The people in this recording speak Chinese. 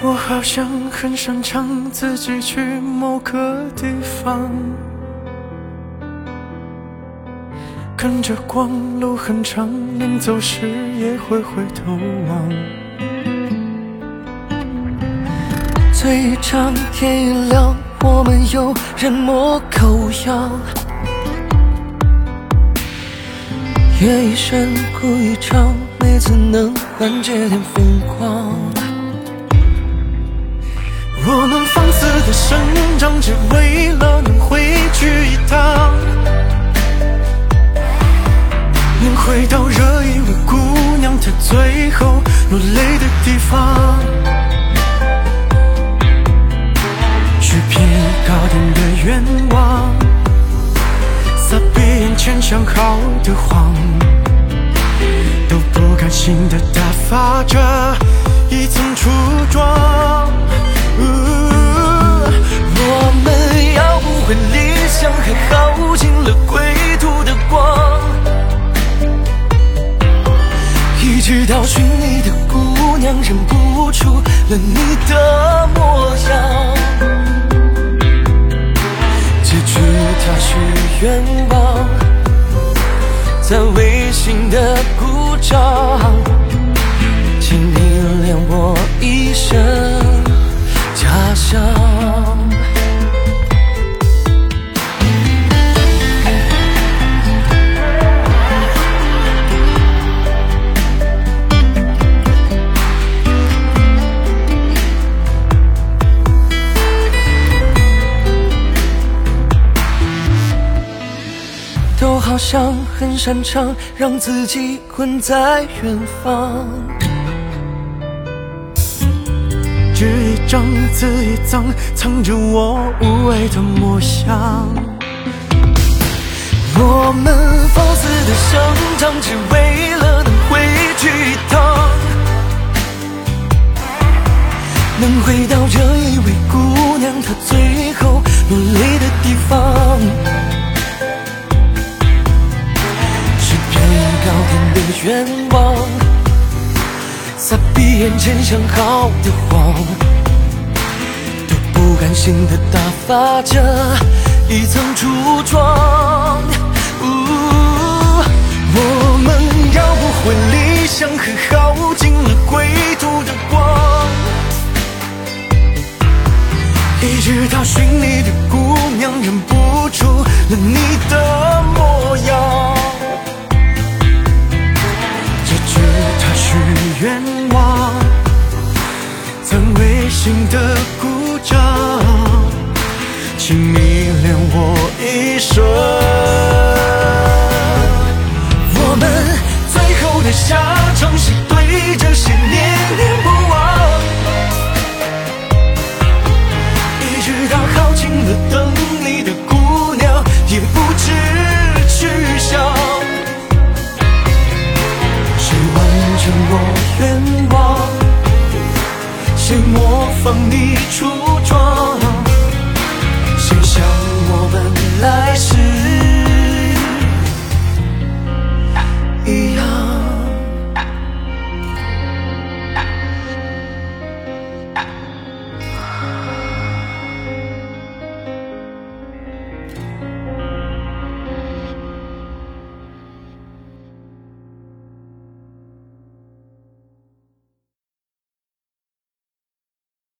我好像很擅长自己去某个地方，跟着光，路很长，临走时也会回头望。醉一场，天一亮，我们有人模狗样。夜一深，哭一场，每次能缓解点疯狂。我们放肆的生长，只为了能回去一趟，能回到这一位姑娘她最后落泪的地方，许片高点的愿望，撒遍眼前想好的谎，都不甘心的打发着一层初妆。我们要不回理想，还耗尽了归途的光，一直到寻你的姑娘认不出了你的模样，结局她许愿望，在微信的鼓掌，请你谅我一生假象。都好像很擅长让自己困在远方，纸一张，字一张，藏着我无畏的模样。我们放肆的生长，只为了能回去一趟，能回到这一位姑娘她最后落泪的地方，是片高点的愿望，撒遍眼前想好的谎，都不甘心的打发着一层初妆。我们要不回理想，和耗尽了归途的光，一直到寻你的姑娘认不出了你的模样，结局她许愿望，在微信的鼓掌，请你谅我一生。我们最后的下场是对着谁念念不忘，一直到耗尽了等你的姑娘也不知去向，谁完成我愿望，谁模仿你出妆，